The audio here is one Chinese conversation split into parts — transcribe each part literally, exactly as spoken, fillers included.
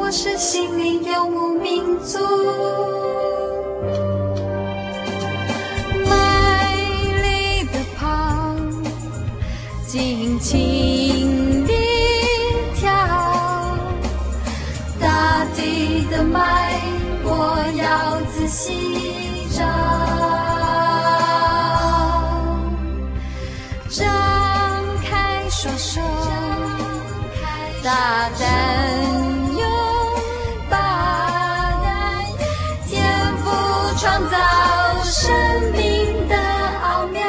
我是心灵游牧民族。美丽的跑，尽情地跳，大地的脉我要仔细找，张开双手，大胆拥抱，天赋创造生命的奥妙。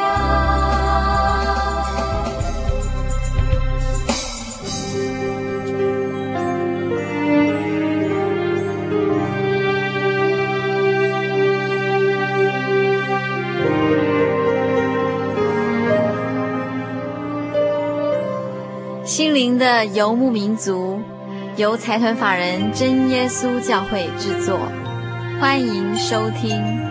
心灵的游牧民族，由财团法人真耶稣教会制作，欢迎收听。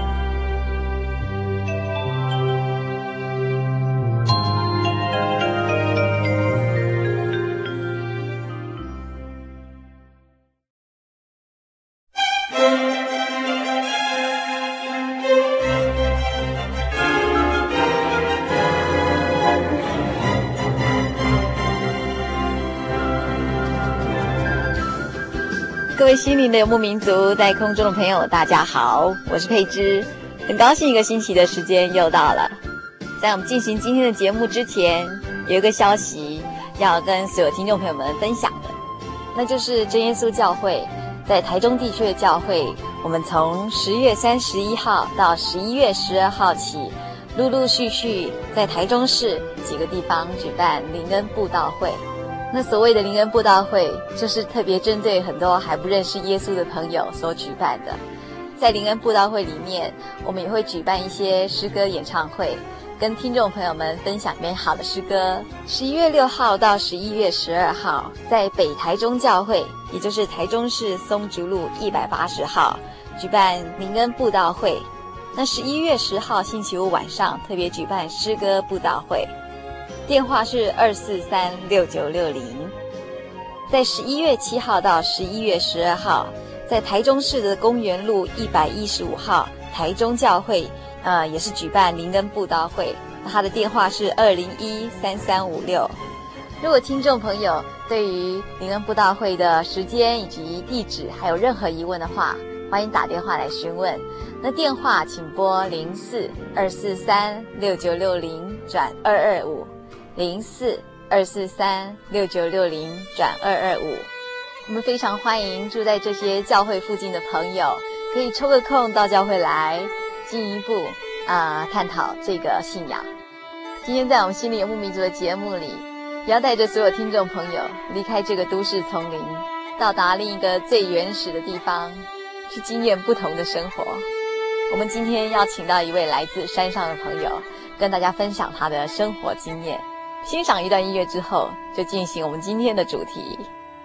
各位心灵的游牧民族，在空中的朋友大家好，我是佩芝，很高兴一个星期的时间又到了。在我们进行今天的节目之前，有一个消息要跟所有听众朋友们分享的，那就是真耶稣教会在台中地区的教会，我们从十月三十一号到十一月十二号起，陆陆续续在台中市几个地方举办灵恩布道会。那所谓的灵恩布道会，就是特别针对很多还不认识耶稣的朋友所举办的。在灵恩布道会里面，我们也会举办一些诗歌演唱会，跟听众朋友们分享美好的诗歌。十一月六号到十一月十二号，在北台中教会，也就是台中市松竹路一百八十号，举办灵恩布道会。那十一月十号星期五晚上，特别举办诗歌布道会。电话是二四三六九六零。在十一月七号到十一月十二号，在台中市的公园路一百一十五号台中教会，呃，也是举办灵恩布道会。他的电话是二零一三三五六。如果听众朋友对于灵恩布道会的时间以及地址还有任何疑问的话，欢迎打电话来询问。那电话请拨零四二四三六九六零转二二五。零四二四三六九六零转二二五，我们非常欢迎住在这些教会附近的朋友，可以抽个空到教会来，进一步啊、呃、探讨这个信仰。今天在我们心灵游牧民族的节目里，也要带着所有听众朋友离开这个都市丛林，到达另一个最原始的地方，去经验不同的生活。我们今天要请到一位来自山上的朋友，跟大家分享他的生活经验。欣赏一段音乐之后，就进行我们今天的主题。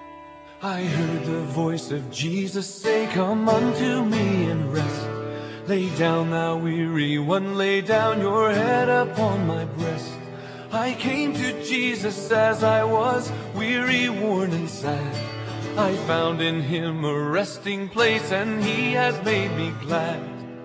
I heard the voice of Jesus say, Come unto me and rest. Lay down thou weary one, lay down your head upon my breast. I came to Jesus as I was, weary, worn and sad. I found in him a resting place, and he has made me glad.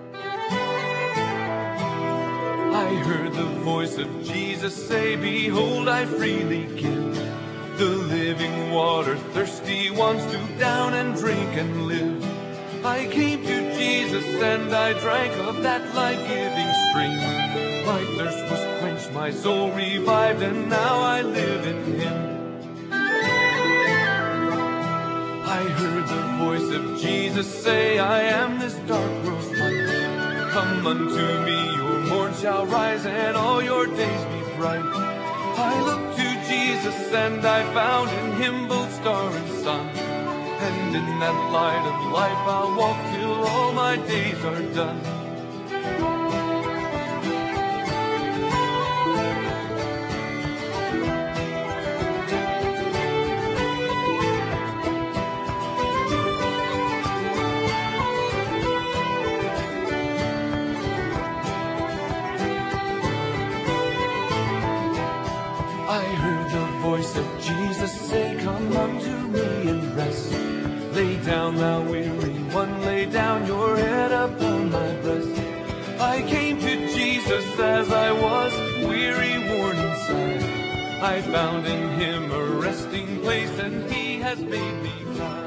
I heard the voice of Jesus say, Behold, I freely give the living water, thirsty ones to down and drink and live. I came to Jesus and I drank of that life-giving stream. My thirst was quenched, my soul revived, and now I live in him. I heard the voice of Jesus say, I am this dark world's light. Come unto me, your morn shall rise, and all your days be bright. I looked to Jesus, and I found in him both star and sun. And in that light of life I'll walk till all my days are done. I heard the voice of Jesus say, Come unto me and rest. down, thou weary one, lay down your head upon my breast. I came to Jesus as I was, weary, worn inside. I found in him a resting place, and he has made me glad.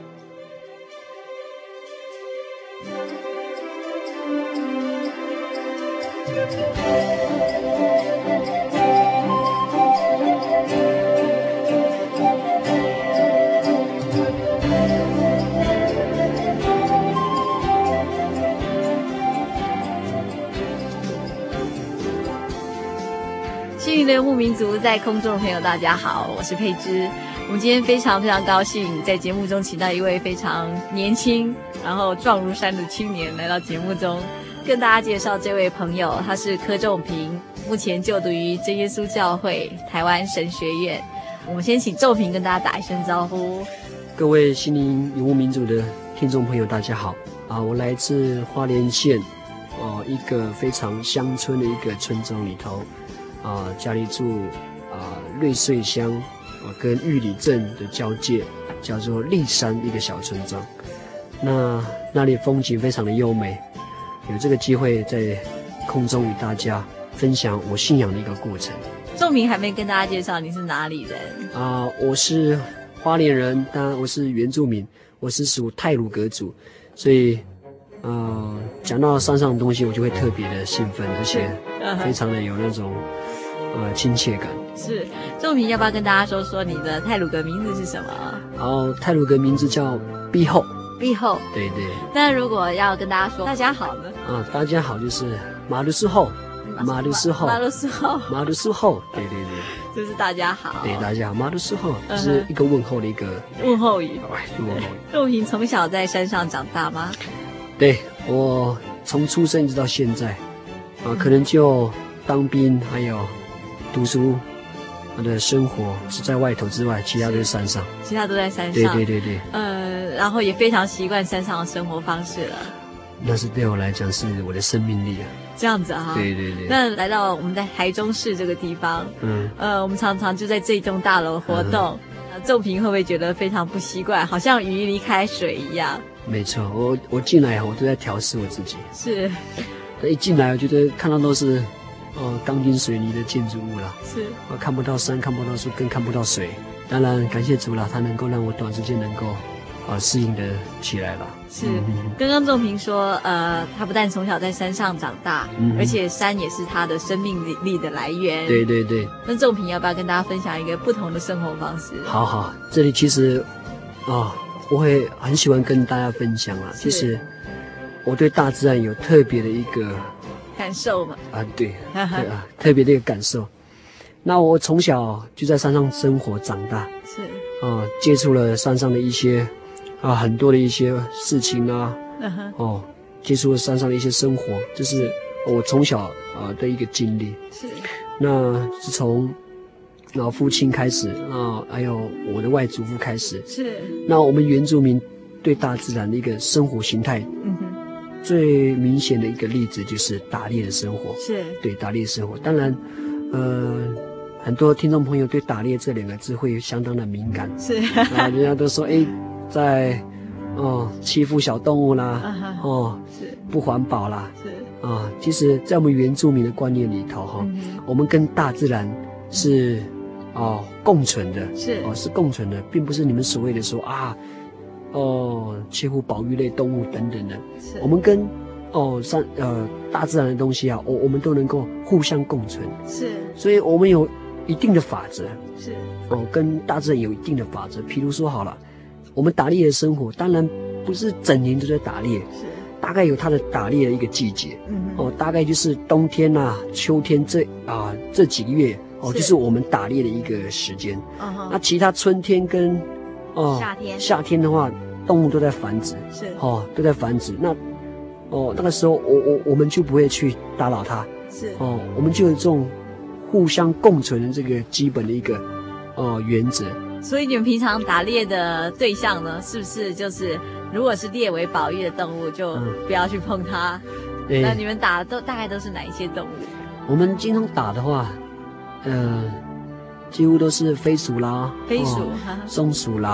幸运的游牧民族在空中的朋友大家好，我是佩芝。我们今天非常非常高兴在节目中请到一位非常年轻然后壮如山的青年来到节目中跟大家介绍这位朋友，他是柯仲平，目前就读于真耶稣教会台湾神学院。我们先请仲平跟大家打一声招呼。 各位心灵游牧民族的听众朋友大家好啊，我来自花莲县哦一个非常乡村的一个村庄里头啊，家里住啊瑞穗乡啊跟玉里镇的交界，叫做立山一个小村庄。那那里风景非常的优美，有这个机会在空中与大家分享我信仰的一个过程。 仲平还没跟大家介绍你是哪里人啊、呃？我是花莲人，当然我是原住民，我是属太鲁阁族，所以呃讲到山上的东西，我就会特别的兴奋，而且非常的有那种呃亲切感。 是，仲平要不要跟大家说说你的太鲁阁名字是什么？ 然后太鲁阁名字叫碧后。 碧后，对对。那如果要跟大家说大家好呢？ 啊，大家好就是马鲁斯后，马鲁斯后， 马鲁斯后， 马鲁斯后，对对对， 就是大家好。 对，大家好，马鲁斯后，就是一个问候的一个问候语。 哎，问候语。 仲平从小在山上长大吗？ 对，我从出生一直到现在，啊，可能就当兵还有读书。他的生活是在外头之外，其他都是山上， 其他都在山上。 对对对对。 呃，然后也非常习惯山上的生活方式了。 那是对我来讲是我的生命力啊。 这样子啊。对对对。那来到我们在台中市这个地方，嗯，呃，我们常常就在这栋大楼活动。嗯、仲平会不会觉得非常不习惯，好像鱼离开水一样？ 没错，我我进来我都在调试我自己。 是。 一进来我觉得看到都是。哦，钢筋水泥的建筑物啦， 是， 我看不到山，看不到树，更看不到水。当然，感谢主啦，他能够让我短时间能够啊适应的起来了。 是，嗯、刚刚仲平说，呃，他不但从小在山上长大，嗯、而且山也是他的生命力的来源。 对对对。 那仲平要不要跟大家分享一个不同的生活方式？ 好好，这里其实啊、哦，我会很喜欢跟大家分享啦。其实我对大自然有特别的一个。 感受嘛啊，对，对啊，特别的一个感受。那我从小就在山上生活长大， 是啊，接触了山上的一些啊很多的一些事情啊， 嗯、 哦，接触了山上的一些生活，这是我从小啊的一个经历。 是， 那是从啊父亲开始啊，还有我的外祖父开始。 是， 那我们原住民对大自然的一个生活形态， 嗯哼。 最明显的一个例子就是打猎的生活， 是对打猎生活。当然，呃，很多听众朋友对打猎这两个字会相当的敏感， 是啊，人家都说，哎，在哦欺负小动物啦， 啊、 哦是不环保啦， 是啊，其实，在我们原住民的观念里头，哈、 嗯， 我们跟大自然是哦共存的， 是哦是共存的，并不是你们所谓的说啊。哦，欺负保育类动物等等的，我们跟哦山呃大自然的东西啊，我我们都能够互相共存， 是， 所以我们有一定的法则， 是哦，跟大自然有一定的法则。譬如说好了，我们打猎的生活，当然不是整年都在打猎， 是， 大概有它的打猎的一个季节， 嗯， 哦，大概就是冬天啊、秋天这啊这几个月，哦，就是我们打猎的一个时间， 嗯， 那其他春天跟哦， 夏天夏天的话，动物都在繁殖， 是哦，都在繁殖。那哦，那个时候我我我们就不会去打扰它， 是哦，我们就有这种互相共存的这个基本的一个哦原则。 所以你们平常打猎的对象呢，是不是就是如果是列为保育的动物，就不要去碰它？嗯、那你们打的都大概都是哪一些动物？ 我们经常打的话，呃。几乎都是飞鼠啦， 飞鼠、 哦、松鼠啦，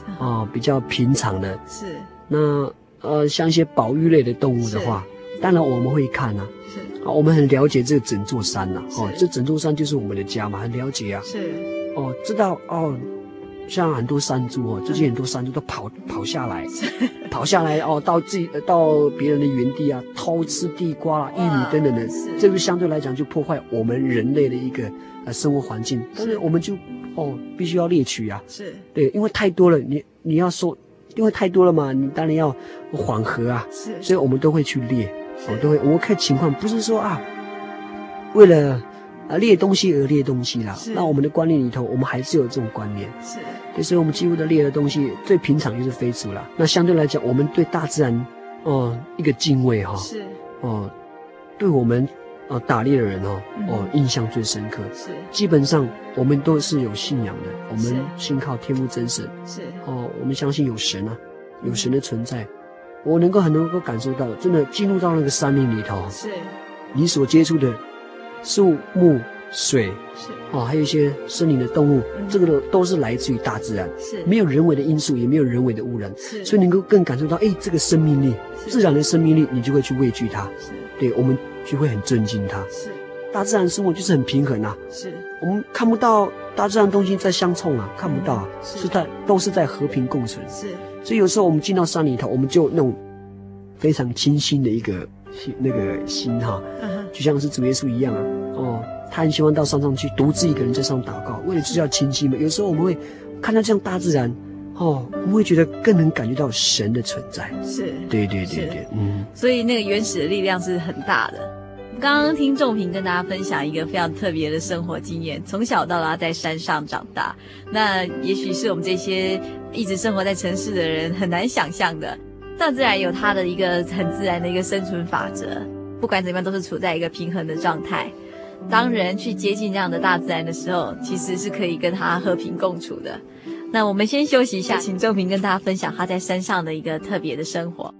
哦、比较平常的。 是。 那呃，像一些保育类的动物的话，当然我们会看啊。是。啊，我们很了解这整座山呐、啊，哦，这整座山就是我们的家嘛，很了解啊。 是。 哦，知道哦。像很多山猪哦，最近很多山猪都跑跑下来，跑下来哦，到自己到别人的园地啊，偷吃地瓜啦、玉米等等的，这个相对来讲就破坏我们人类的一个呃生活环境，但是我们就哦必须要猎取啊，是对，因为太多了，你你要说，因为太多了嘛，你当然要缓和啊，是，所以我们都会去猎，我都会，我们看情况，不是说啊，为了。啊，猎东西而猎东西啦。那我们的观念里头，我们还是有这种观念。是，对，所以我们几乎的猎的东西最平常就是飞鼠啦。那相对来讲，我们对大自然，哦、呃，一个敬畏哈、哦。是。哦、呃，对我们，呃，打猎的人哦，哦、呃，印象最深刻。是。基本上我们都是有信仰的，我们信靠天父真神。是。哦、呃，我们相信有神啊，有神的存在。我能够很能够感受到，真的进入到那个山林里头，是。你所接触的。树木、水是哦，还有一些森林的动物，嗯、这个都是来自于大自然，是没有人为的因素，也没有人为的污染，是所以能够更感受到，哎，这个生命力，自然的生命力，你就会去畏惧它，是对，我们就会很尊敬它。是大自然生活就是很平衡啊，是我们看不到大自然的东西在相冲啊，看不到啊，嗯、是在都是在和平共存。是，所以有时候我们进到山里头，我们就那种非常清新的一个那个心哈。嗯就像是主耶稣一样啊，哦，他很喜欢到山上去，独自一个人在上祷告，为了就是要清晰嘛。有时候我们会看到这样大自然，哦，我们会觉得更能感觉到神的存在。是，对对对对，嗯。 所以那个原始的力量是很大的。刚刚听仲平跟大家分享一个非常特别的生活经验，从小到大在山上长大，那也许是我们这些一直生活在城市的人很难想象的。大自然有它的一个很自然的一个生存法则。不管怎么样都是处在一个平衡的状态，当人去接近这样的大自然的时候，其实是可以跟它和平共处的。那我们先休息一下，请仲平跟大家分享他在山上的一个特别的生活。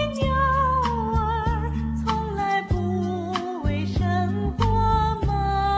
从来不为生活忙。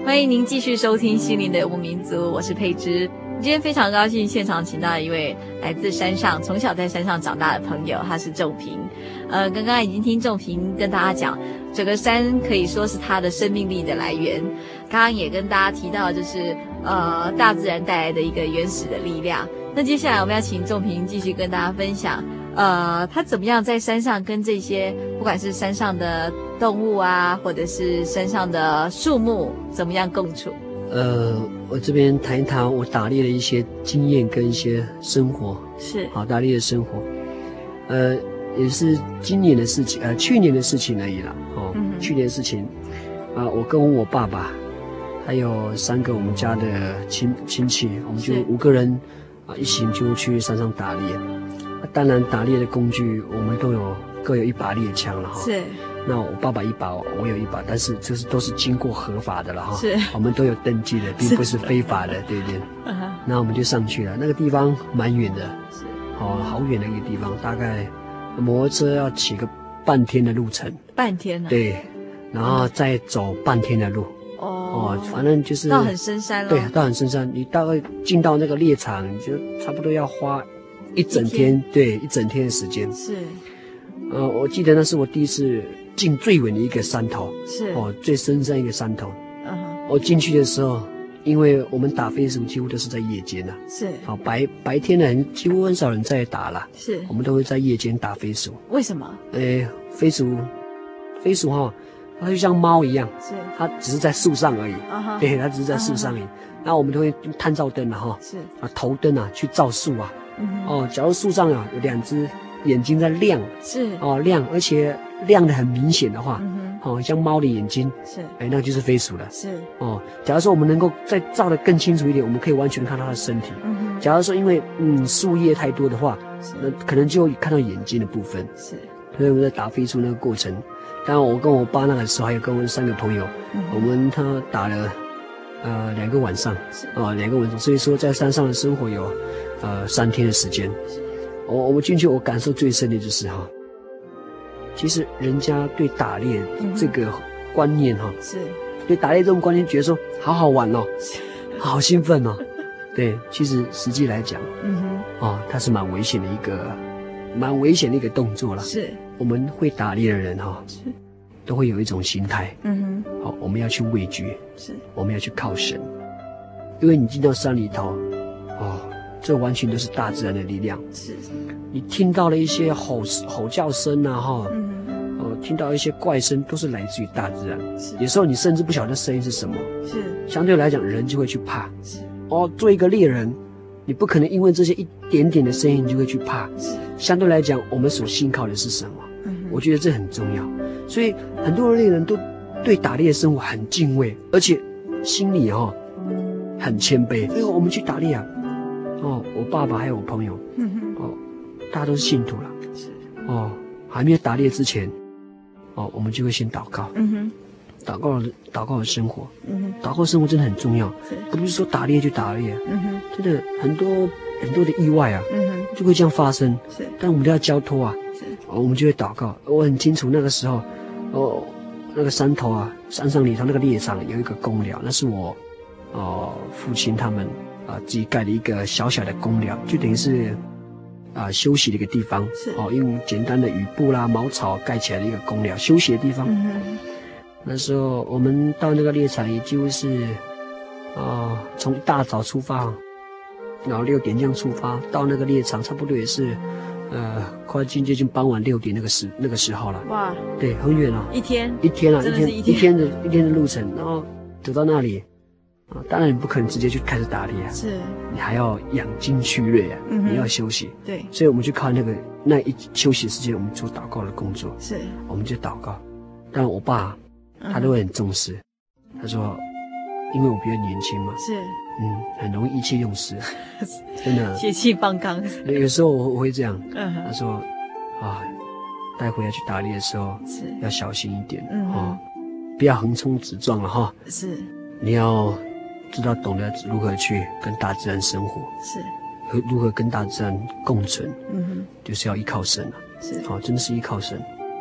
欢迎您继续收听《心灵的游牧民族》，我是佩芝。今天非常高兴，现场请到一位来自山上，从小在山上长大的朋友，他是仲平。呃，刚刚已经听仲平跟大家讲，这个山可以说是他的生命力的来源。刚刚也跟大家提到，就是呃大自然带来的一个原始的力量。那接下来我们要请仲平继续跟大家分享，呃，他怎么样在山上跟这些不管是山上的动物啊，或者是山上的树木，怎么样共处？ 呃，我这边谈一谈我打猎的一些经验跟一些生活， 是好打猎的生活，呃，也是今年的事情，呃，去年的事情而已啦，哦，嗯、去年的事情，啊、呃，我跟我爸爸，还有三个我们家的亲亲戚，我们就五个人啊、呃，一起就去山上打猎。啊、当然，打猎的工具我们都有各有一把猎枪了哈。 是。 那我爸爸一把，我有一把，但是这是都是经过合法的了哈。 是， 我们都有登记的，并不是非法的，对不对？嗯哼。那我们就上去了，那个地方蛮远的， 是， 哦，好远的一个地方，大概摩托车要骑个半天的路程。 半天啊？ 对，然后再走半天的路。 哦。 哦，反正就是到很深山了。 对，到很深山，你大概进到那个猎场，你就差不多要花一整天，对，一整天的时间。 是。 呃，我记得那是我第一次进最远的一个山头， 是哦，最深山一个山头。 嗯哼。 我进去的时候，因为我们打飞鼠几乎都是在夜间呐、啊， 是。 好、哦、白白天的人几乎很少人在打了， 是。 我们都会在夜间打飞鼠。 为什么？ 诶，飞鼠，飞鼠哈、哦，它就像猫一样， 是。 它只是在树上而已， 啊哈。 对，它只是在树上而已。那、uh-huh. 我们都会用探照灯了哈， 是啊，头灯啊去照树啊。 嗯。 哦，假如树上啊有两只眼睛在亮， 是哦亮，而且亮得很明显的话， 嗯哼，哦像猫的眼睛， 是， 哎，那就是飞鼠了。 是哦，假如说我们能够再照得更清楚一点，我们可以完全看到它的身体。 嗯哼。 假如说因为嗯树叶太多的话，那可能就看到眼睛的部分。 是。 所以我们在打飞鼠那个过程，当然我跟我爸那个时候还有跟我们三个朋友，嗯、我们他打了呃两个晚上，啊两、呃、个晚上，所以说在山上的生活有呃三天的时间。我我们进去，我感受最深的就是哈，其实人家对打猎这个观念哈， 是、嗯、 对打猎这种观念，觉得说好好玩哦，好兴奋哦。对，其实实际来讲， 嗯哼， 哦，它是蛮危险的一个，蛮危险的一个动作啦。 是， 我们会打猎的人哈、哦， 是， 都会有一种心态， 嗯哼， 好、哦，我们要去畏惧， 是， 我们要去靠神，因为你进到山里头，哦。这完全都是大自然的力量。 是， 你听到了一些吼吼叫声啊，哈， 嗯， 哦，听到一些怪声，都是来自于大自然。 是， 有时候你甚至不晓得声音是什么。 是， 相对来讲，人就会去怕。 是， 哦，做一个猎人，你不可能因为这些一点点的声音你就会去怕。 是， 相对来讲，我们所信靠的是什么？ 嗯， 我觉得这很重要。所以很多的猎人都对打猎的生活很敬畏，而且心里哈、哦、很谦卑。所以我们去打猎啊。哦，我爸爸还有我朋友， 嗯哼， 哦，大家都是信徒了， 是， 哦，还没有打猎之前，哦，我们就会先祷告， 嗯哼， 祷告祷告的生活， 嗯哼， 祷告生活真的很重要， 是， 不是说打猎就打猎， 嗯哼， 真的很多很多的意外啊， 嗯哼， 就会这样发生， 是，但我们都要交托啊， 是， 哦，我们就会祷告，我很清楚那个时候，哦，那个山头啊，山上里头那个猎场有一个公寮，那是我，哦，父亲他们。啊，自己盖了一个小小的公寮，就等于是啊休息的一个地方。 是哦，用简单的雨布啦、茅草盖起来的一个公寮，休息的地方。 嗯， 那时候我们到那个猎场，也几乎是啊从一大早出发，然后六点这样出发到那个猎场，差不多也是呃快近接近傍晚六点那个时那个时候了。 哇， 对，很远啊， 一天一天啊， 真的是一天一天的一天的路程，然后走到那里。啊，当然你不可能直接就开始打猎啊， 是， 你还要养精蓄锐啊， 嗯， 你要休息， 对， 所以我们就靠那个那一休息时间，我们做祷告的工作， 是， 我们就祷告。当然我爸他都会很重视，嗯、他说，因为我比较年轻嘛， 是， 嗯，很容易意气用事，真的， 血气方刚。 有时候我会这样， 嗯， 他说，啊，待会要去打猎的时候， 是要小心一点， 嗯， 哦，不要横冲直撞了哈， 是，你要。知道懂得如何去跟大自然生活， 是如何跟大自然共存， 嗯哼， 就是要依靠神啊， 是， 好、哦，真的是依靠神。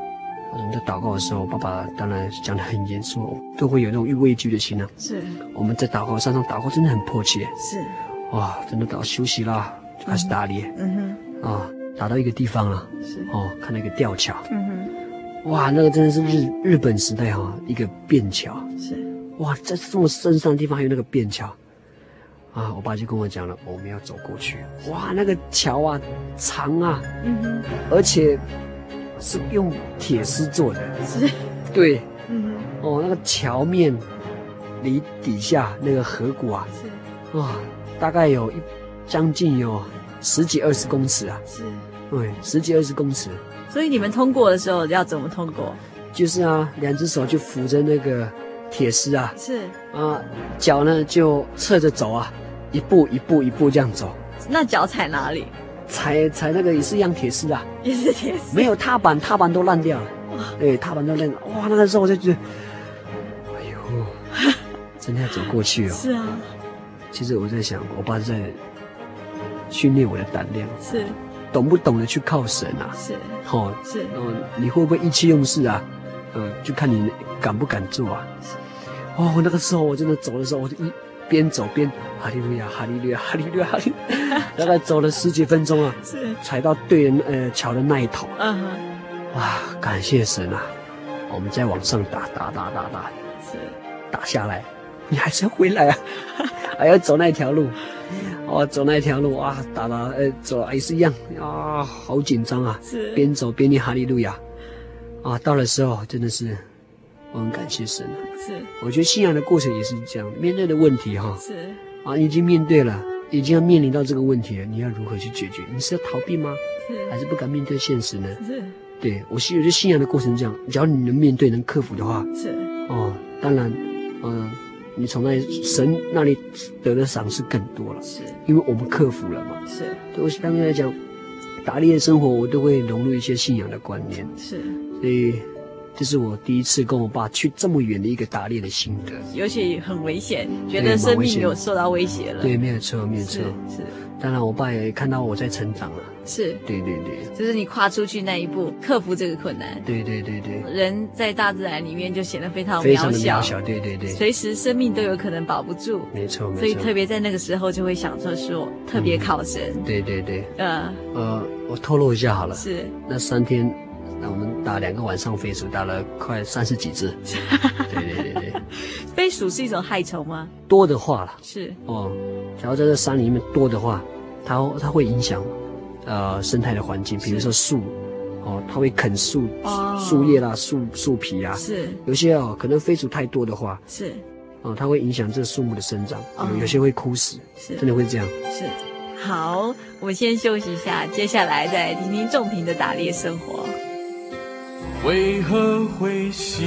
我们在祷告的时候，爸爸当然讲得很严肃，都会有那种畏惧的心啊。 是， 我们在祷告山上祷告真的很迫切。 是， 哇，真的祷休息啦，就开始打猎。 嗯哼，啊，打到一个地方了。 是，哦， 看到一个吊桥。 嗯哼， 哇，那个真的是日日本时代哈、哦、一个便桥。是，哇，在这么深山的地方还有那个便桥。啊，我爸就跟我讲了，我们要走过去。哇，那个桥啊，长啊，嗯哼，而且是用铁丝做的， 是， 对， 嗯哼，哦，那个桥面离底下那个河谷啊，是，哇，大概有一将近有十几二十公尺啊， 是， 对，十几二十公尺。 所以你们通过的时候要怎么通过？ 就是啊，两只手就扶着那个铁丝啊， 是啊，脚呢就侧着走啊，一步一步一步这样走。 那脚踩哪里？ 踩踩那个也是一样铁丝啊， 也是铁丝， 没有踏板，踏板都烂掉了。对，踏板都烂了。哇，那个时候我就觉得，哎呦，真的要走过去哦。 是啊。 其实我在想，我爸在训练我的胆量， 是懂不懂得去靠神啊？ 是， 好、哦， 是， 嗯，你会不会意气用事啊？嗯，就看你敢不敢做啊。哦，那个时候我真的走的时候，我就一边走边哈利路亚，哈利路亚，哈利路亚，哈利路亚，大概走了十几分钟啊， 是踩到对人呃桥的那一头， 嗯哼， 哇，感谢神啊！我们再往上打打打打打， 是打下来，你还是要回来啊，还要走那条路，哦，走那条路啊，打打呃走也是一样啊，好紧张啊， 是边走边念哈利路亚，啊，到的时候真的是我很感谢神啊。是，我觉得信仰的过程也是这样，面对的问题哈，是啊，已经面对了，已经要面临到这个问题了，你要如何去解决？你是要逃避吗？是，还是不敢面对现实呢？是，对我是有些信仰的过程这样，只要你能面对、能克服的话，是哦，当然，嗯、呃，你从那神那里得的赏赐更多了，是，因为我们克服了嘛，是，对我相对来讲，打猎的生活我都会融入一些信仰的观念，是，所以。这是我第一次跟我爸去这么远的一个打猎的心得， 尤其很危险，觉得生命有受到威胁了。 对，没有错，没有错。 是，是当然，我爸也看到我在成长了。 是， 对对对， 就是你跨出去那一步，克服这个困难。 对对对对， 人在大自然里面就显得非常非常的渺小，对对对， 随时生命都有可能保不住。 没错，没错。 所以特别在那个时候就会想说说，特别靠神。 嗯、对对对， 呃呃，我透露一下好了， 是那三天。那我们打两个晚上飞鼠，打了快三十几只。对对对对， 飞鼠是一种害虫吗？ 多的话啦， 是哦。假如在这山里面多的话，它它会影响呃生态的环境，比如说树，哦，它会啃树树、哦、叶啦、树树皮啊。是。有些哦，可能飞鼠太多的话，是哦，它会影响这树木的生长，哦、有有些会枯死，是真的会这样。 是。好，我们先休息一下，接下来再听听仲平的打猎生活。 为何灰心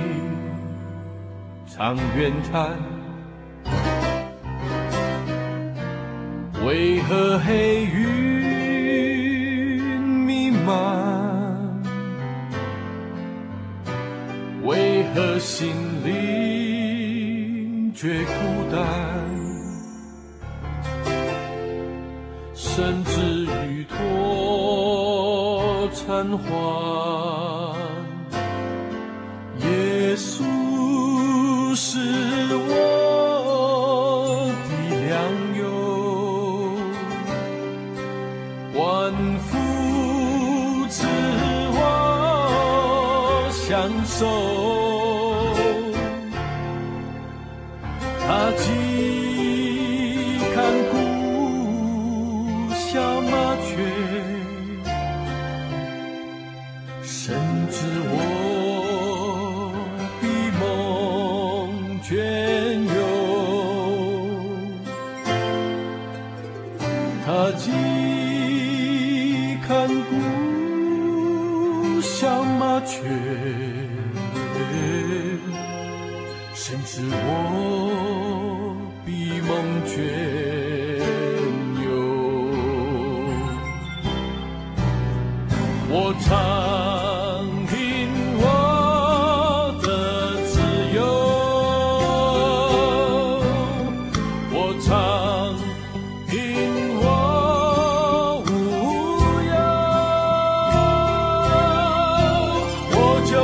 常怨叹？为何黑云弥漫？为何心灵觉孤单？甚至于脱残花。耶稣是我的良友，万福赐我享受。他既看顾小麻雀，甚至我他既看顾小麻雀，甚至我比梦倦游。我常凭我的自由，我常凭我无忧，我就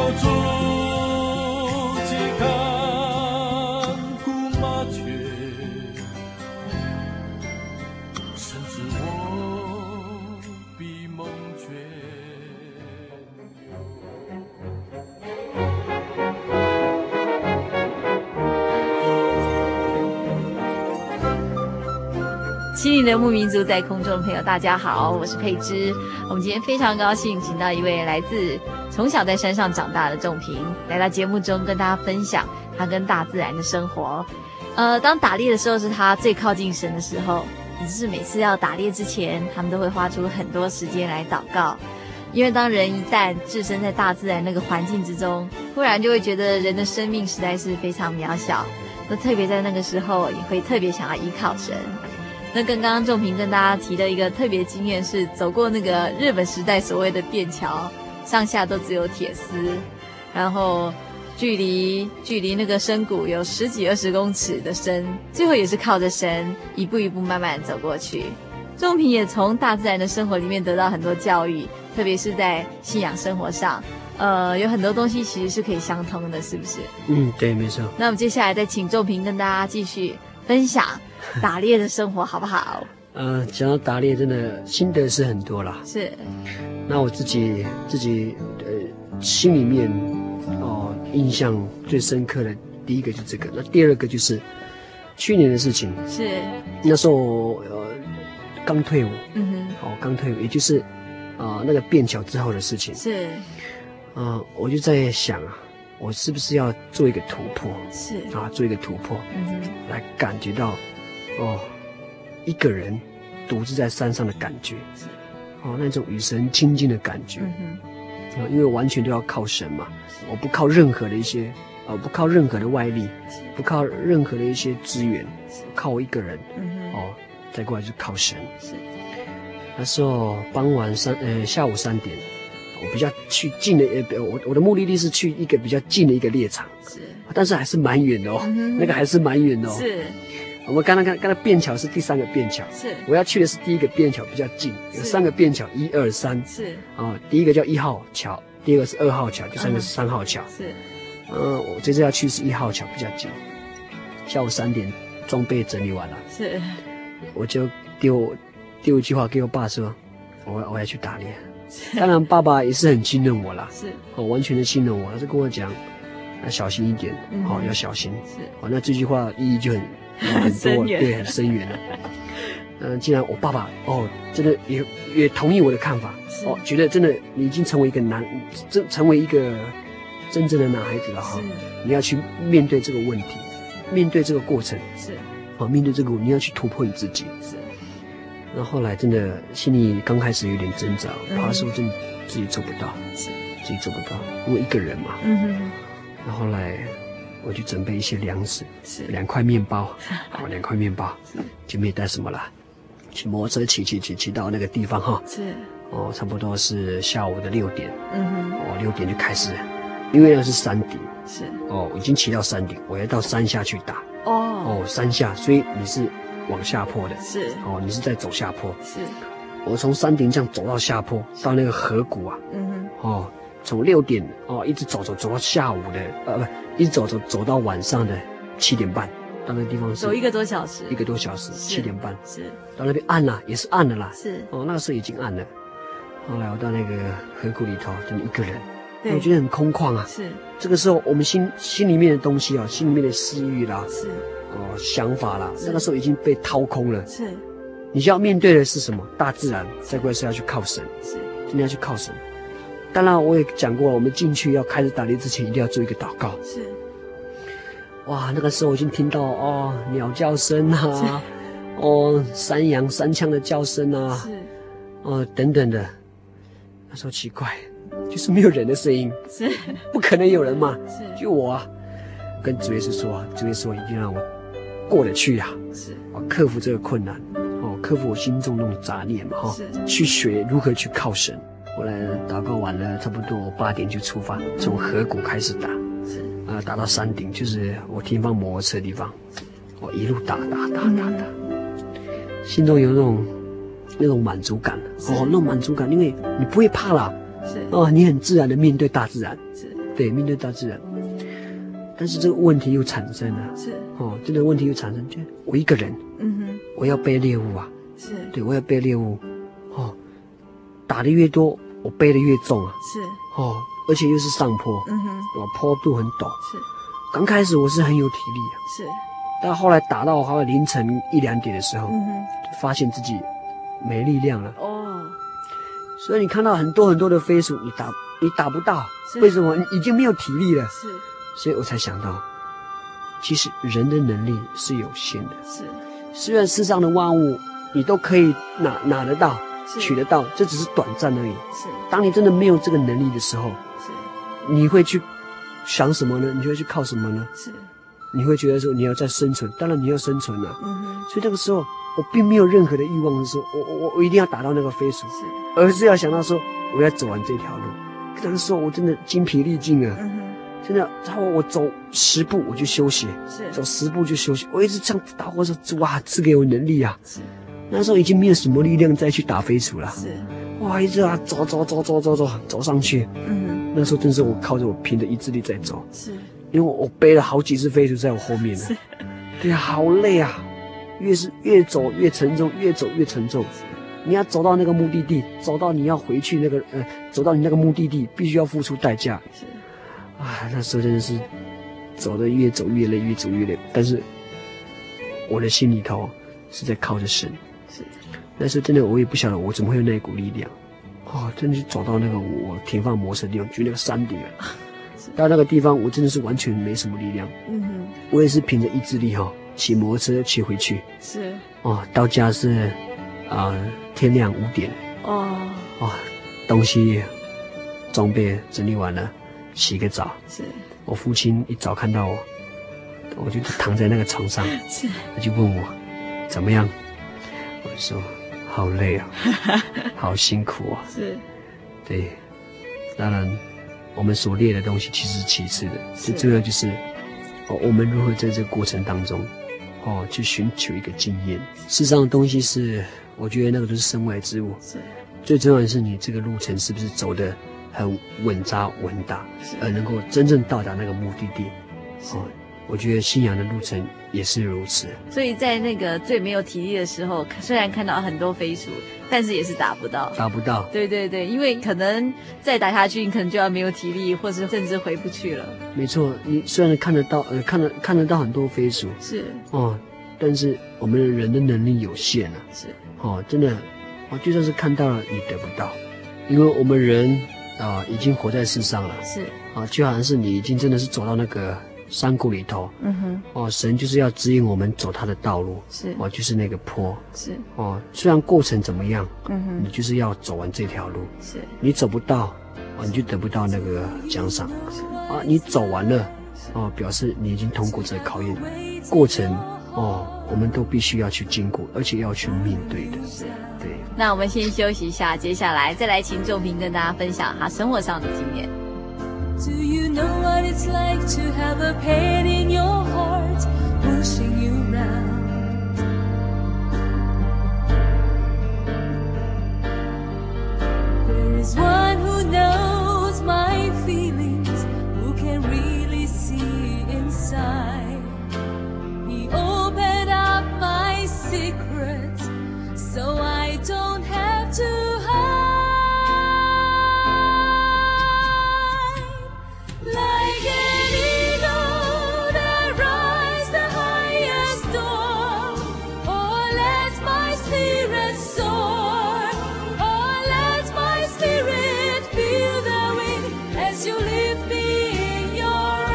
心灵的牧民族在空中的朋友大家好，我是佩芝。我们今天非常高兴请到一位来自从小在山上长大的仲平，来到节目中跟大家分享他跟大自然的生活。呃，当打猎的时候是他最靠近神的时候，也就是每次要打猎之前，他们都会花出很多时间来祷告。因为当人一旦置身在大自然那个环境之中，忽然就会觉得人的生命实在是非常渺小，那特别在那个时候也会特别想要依靠神。那跟刚刚仲平跟大家提的一个特别经验是，走过那个日本时代所谓的便桥，上下都只有铁丝，然后距离距离那个深谷有十几二十公尺的深，最后也是靠着神一步一步慢慢走过去。仲平也从大自然的生活里面得到很多教育，特别是在信仰生活上，呃，有很多东西其实是可以相通的，是不是？ 嗯，对，没错。 那我们接下来再请仲平跟大家继续分享打猎的生活，好不好？ 呃，讲到打猎，真的心得是很多啦。 是。 那我自己自己呃心里面哦、呃、印象最深刻的第一个就是这个，那第二个就是去年的事情。 是。 那时候呃刚退伍， 嗯哼， 哦刚退伍，也就是啊、呃、那个便桥之后的事情。 是。 啊、呃，我就在想啊，我是不是要做一个突破？ 是。啊， 做一个突破， 嗯哼， 来感觉到哦一个人独自在山上的感觉。是。哦，那种与神亲近的感觉，嗯哼，因为完全都要靠神嘛，我不靠任何的一些，呃，不靠任何的外力，不靠任何的一些资源，靠我一个人，嗯哼，哦，再过来就是靠神。是。那时候傍晚三，呃，下午三点，我比较去近的，呃，我我的目的地是去一个比较近的一个猎场，是，但是还是蛮远的哦，嗯、那个还是蛮远的哦，是。我们刚刚看，刚才便桥是第三个便桥，是我要去的是第一个便桥，比较近，有三个便桥，一二三，是啊、呃，第一个叫一号桥，第二个是二号桥，第三个是三号桥，是，嗯、呃，我这次要去是一号桥，比较近。下午三点，装备整理完了，是，我就丢丢一句话给我爸说，我我要去打猎。当然，爸爸也是很信任我啦，是，哦，完全的信任我，他是跟我讲，要小心一点，嗯、好、哦，要小心，是，哦，那这句话意义就很。很多对，很深远了。嗯、呃，既然我爸爸哦，真的也也同意我的看法哦，觉得真的你已经成为一个男，真成为一个真正的男孩子了哈。你要去面对这个问题，面对这个过程是，哦，面对这个你要去突破你自己是。那后来真的心里刚开始有点挣扎，怕说真的自己做不到，是自己做不到，因为一个人嘛。嗯哼。那后来。我就准备一些粮食，是两块面包，哦，两块面包，就没带什么了，骑摩托车骑骑骑骑到那个地方哈，是，哦，差不多是下午的六点，嗯哼，哦，六点就开始，因为那是山顶，是，哦，已经骑到山顶，我要到山下去打，哦，哦，山下，所以你是往下坡的，是，哦，你是在走下坡，是，我从山顶这样走到下坡，到那个河谷啊，嗯哼，哦。从六点哦，一直走走走到下午的，呃不，一直走走走到晚上的七点半，到那个地方是走一个多小时， 一个多小时，七点半是到那边暗了，也是暗的啦， 是哦，那个时候已经暗了。后来我到那个河谷里头，就一个人，我觉得很空旷啊。是这个时候，我们心心里面的东西啊，心里面的私欲啦，是哦想法啦，那个时候已经被掏空了。是你就要面对的是什么？大自然，再过来是要去靠神，是真的要去靠神。当然，我也讲过了，我们进去要开始打猎之前，一定要做一个祷告。是，哇，那个时候我已经听到哦鸟叫声啊，哦山羊山羌的叫声啊，是，哦等等的。那时候奇怪，就是没有人的声音，是，不可能有人嘛，是，就我啊，跟主耶稣说啊，主耶稣一定让我过得去啊，是，我克服这个困难，哦，克服我心中那种杂念嘛，哈、哦，去学如何去靠神。后来祷告完了，差不多八点就出发，从河谷开始打，是啊、呃，打到山顶，就是我停放摩托车的地方，我一路打打打打打，心中有那种那种满足感，哦，那种满足感，因为你不会怕啦，是哦，你很自然的面对大自然，是对，面对大自然，但是这个问题又产生了，是哦，这个问题又产生，就我一个人，嗯哼，我要背猎物啊，是对，我要背猎物，哦。打的越多，我背的越重啊！是哦，而且又是上坡，嗯哼，哦，坡度很陡。是，刚开始我是很有体力啊，是， 但后来打到好像凌晨一两点的时候， 嗯哼， 发现自己没力量了。 哦， 所以你看到很多很多的飞鼠，你打你打不到， 是为什么？你已经没有体力了。 是所以我才想到，其实人的能力是有限的。 是虽然世上的万物你都可以拿拿得到、 是取得到，这只是短暂而已。 是当你真的没有这个能力的时候， 是你会去想什么呢？你会去靠什么呢？ 是， 你会觉得说你要再生存，当然你要生存了、啊。 嗯哼， 所以那个时候，我并没有任何的欲望是说我我我一定要打到那个飞鼠， 是， 而是要想到说我要走完这条路。那个时候我真的精疲力尽啊， 嗯哼， 真的，然后我走十步我就休息， 是走十步就休息。我一直这样祷告说：主啊，赐给我能力啊！ 是那时候已经没有什么力量再去打飞鼠了。 是， 哇，一直啊走走走走走走走上去。 嗯哼， 那时候真是我靠着我凭着意志力在走， 是因为我我背了好几只飞鼠在我后面呢。对啊，好累啊！越是越走越沉重，越走越沉重。你要走到那个目的地，走到你要回去那个呃，走到你那个目的地，必须要付出代价。 是， 啊，那时候真的是走得越走越累，越走越累。但是我的心里头是在靠着神。 是， 但是真的，我也不晓得我怎么会有那一股力量。哦，真的是走到那个我停放摩托的地方，去那个山顶啊。到那个地方，我真的是完全没什么力量。 嗯哼， 我也是凭着意志力哈、哦，骑摩托车骑回去。 是， 哦，到家是啊、呃、天亮五点。 哦， 哦，东西装备整理完了，洗个澡。 是， 我父亲一早看到我，我就躺在那个床上， 是， 他就问我怎么样，我说好累啊，好辛苦啊。 是， 对，当然我们所列的东西其实是其次的，最重要就是哦，我们如何在这个过程当中哦去寻求一个经验。世上的东西是，我觉得那个都是身外之物， 是， 最重要的是你这个路程是不是走得很稳扎稳打，而能够真正到达那个目的地。哦，我觉得信仰的路程也是如此。 所以在那个最没有体力的时候，虽然看到很多飞鼠，但是也是打不到， 达不到。 对对对，因为可能再打下去，你可能就要没有体力，或是甚至回不去了。 没错，你虽然看得到，呃，看得看得到很多飞鼠， 是哦，但是我们的人的能力有限啊。 是， 哦，真的，我就算是看到了，也得不到，因为我们人啊、已经活在世上了。 是， 啊，就好像是你已经真的是走到那个山谷里头， 嗯哼， 哦，神就是要指引我们走他的道路， 是， 哦，就是那个坡， 是， 哦，虽然过程怎么样， 嗯哼， 你就是要走完这条路， 是， 你走不到，哦，你就得不到那个奖赏，啊，你走完了，哦，表示你已经通过这个考验，过程，哦，我们都必须要去经过，而且要去面对的， 是。 对。 那我们先休息一下，接下来再来请仲平跟大家分享他生活上的经验。 Do you know what it's like to have a pain in your heart pushing you round? There is one who knows my feelings, who can really see inside. He opened up my secrets, so I don't have to hide. Like an eagle that rises the highest door, oh, let my spirit soar, oh, let my spirit feel the wind as you lift me in your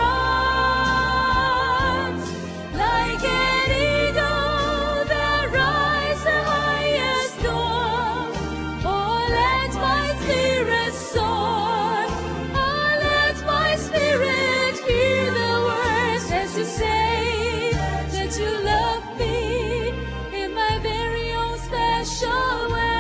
arms. Like an eagle that rises the highest door, oh, let my spirit soar, oh, let my spirit hear the words as you say that you love me in my very own special way.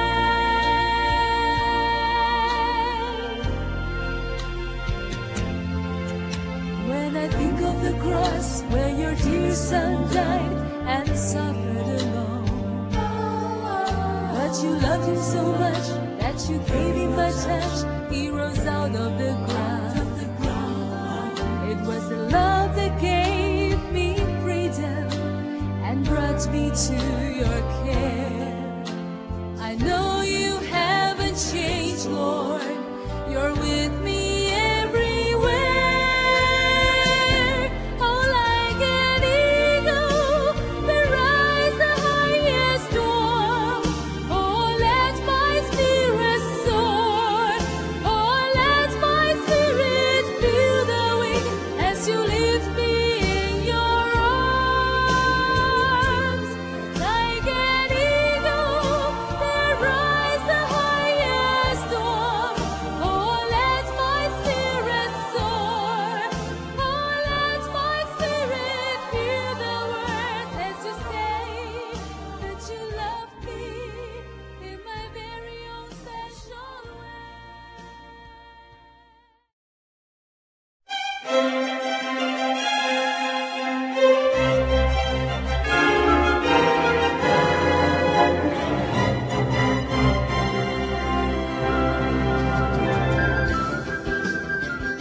When I think of the cross where your dear son died and suffered alone, but you loved him so much that you gave him a touch, he rose out of the ground. It was the love that gave me freedom and brought me to your care. I know you haven't changed, Lord. You're with me everywhere. Oh, like an eagle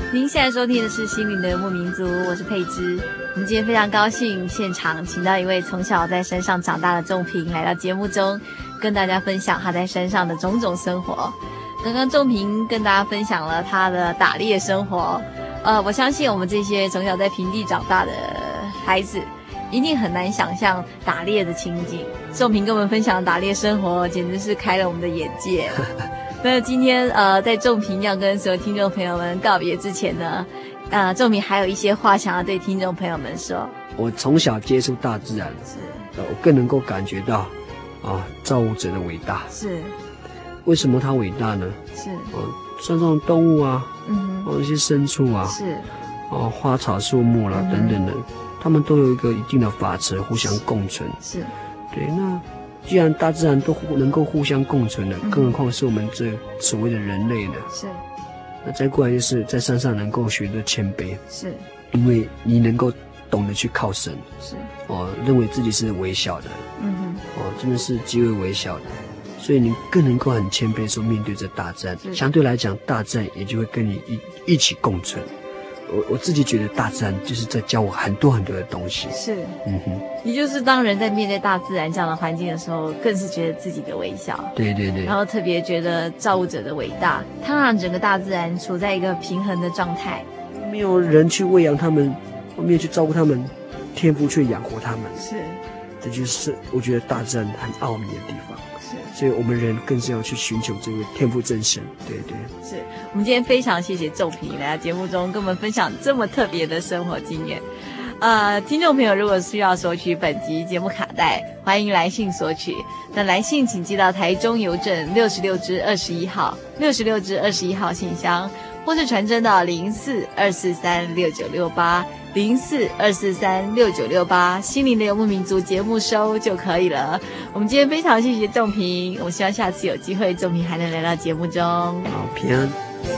您现在收听的是心灵的游牧民族，我是佩芝。我们今天非常高兴，现场请到一位从小在山上长大的仲平来到节目中，跟大家分享他在山上的种种生活。刚刚仲平跟大家分享了他的打猎生活，呃，我相信我们这些从小在平地长大的孩子，一定很难想象打猎的情景。仲平跟我们分享的打猎生活，简直是开了我们的眼界。那今天呃，在仲平要跟所有听众朋友们告别之前呢，呃，仲平还有一些话想要对听众朋友们说。 我从小接触大自然， 是， 呃，我更能够感觉到啊，造物者的伟大。 是， 为什么他伟大呢？ 是， 哦、啊，山上的动物啊， 嗯哼， 哦，一些牲畜啊， 是， 哦，花草树木啦、嗯、等等的，他们都有一个一定的法则，互相共存。 是， 对，那。既然大自然都能够互相共存的，更何况是我们这所谓的人类呢？是。那再过来就是在山上能够学的谦卑，是，因为你能够懂得去靠神，是。哦，认为自己是微小的，嗯哼，哦，真的是极为微小的，所以你更能够很谦卑说面对着大自然，相对来讲，大自然也就会跟你一一起共存。我我自己觉得大自然就是在教我很多很多的东西。是，嗯哼， 也就是当人在面对大自然这样的环境的时候，更是觉得自己的微小。 对对对。 然后特别觉得造物者的伟大，他让整个大自然处在一个平衡的状态。 没有人去喂养他们，没有去照顾他们，天父却养活他们。是，这就是我觉得大自然很奥秘的地方。是，所以我们人更是要去寻求这位天父真神。对对。 是。我们今天非常谢谢仲平来到节目中跟我们分享这么特别的生活经验。呃，听众朋友如果需要索取本集节目卡带，欢迎来信索取。那来信请寄到台中邮政六十六支二十一号六十六支二十一号信箱，或是传真到零四二四三六九六八零四二四三六九六八，心灵的游牧民族节目收就可以了。我们今天非常谢谢仲平，我们希望下次有机会仲平还能来到节目中。 好，平安。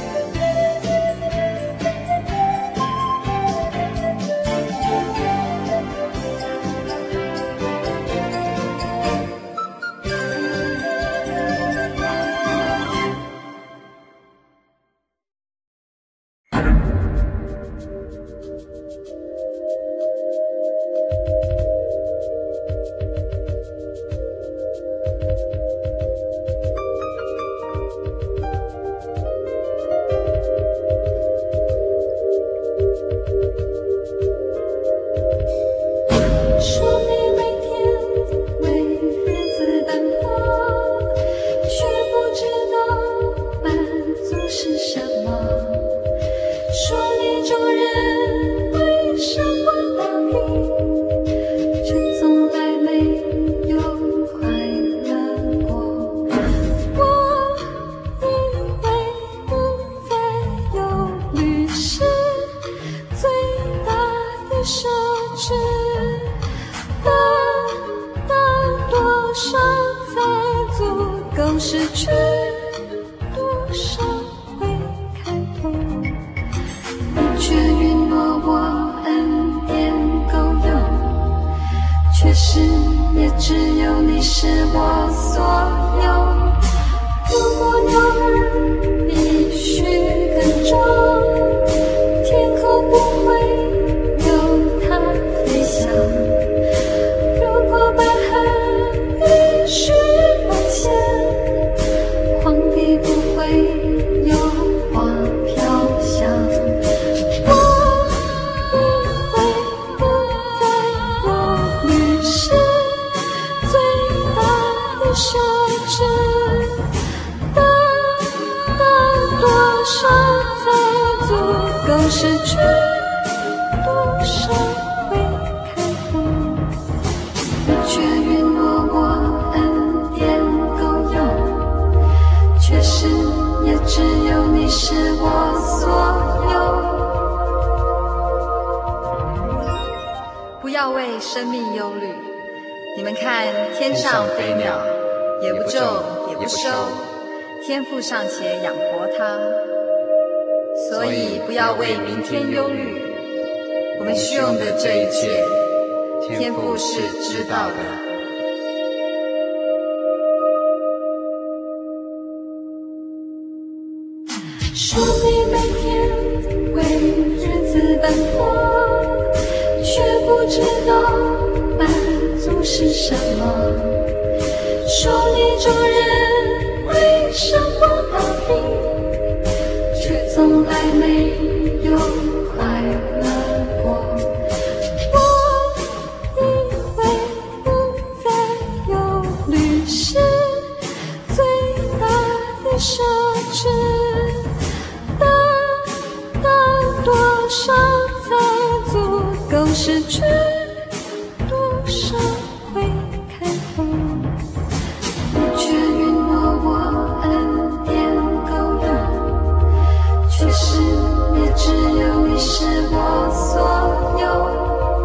天父尚且养活他，所以不要为明天忧虑。我们需用的这一切，天父是知道的。 说你每天为日子奔波，却不知道满足是什么。说你众人为生活打拼，却从来没有快乐过。我以为不再忧虑是最大的奢侈，得到多少才足够失去多少会看透。你却允诺我恩典够用，却是也只有你是我所有。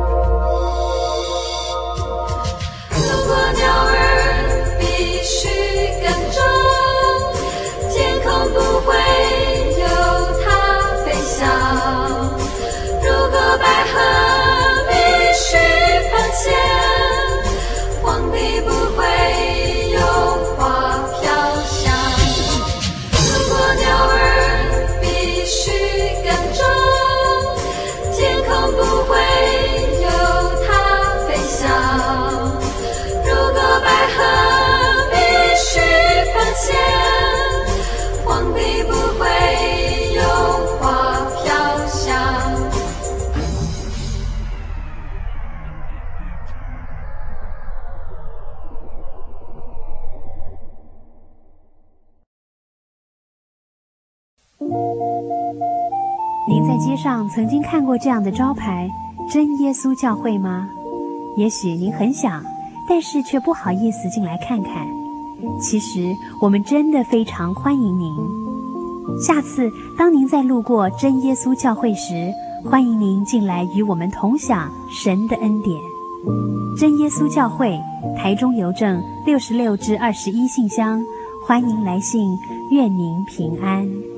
如果鸟儿必须耕种，天空不会由它飞翔。如果百合必须放线，皇帝不会有花飘香。如果鸟儿必须耕种，天空不会由它飞翔。如果百合必须放线，皇帝不会有花飘香。 您在街上曾经看过这样的招牌“真耶稣教会”吗？也许您很想，但是却不好意思进来看看。其实我们真的非常欢迎您。下次当您在路过真耶稣教会时，欢迎您进来与我们同享神的恩典。真耶稣教会，台中邮政六十六至二十一信箱，欢迎来信，愿您平安。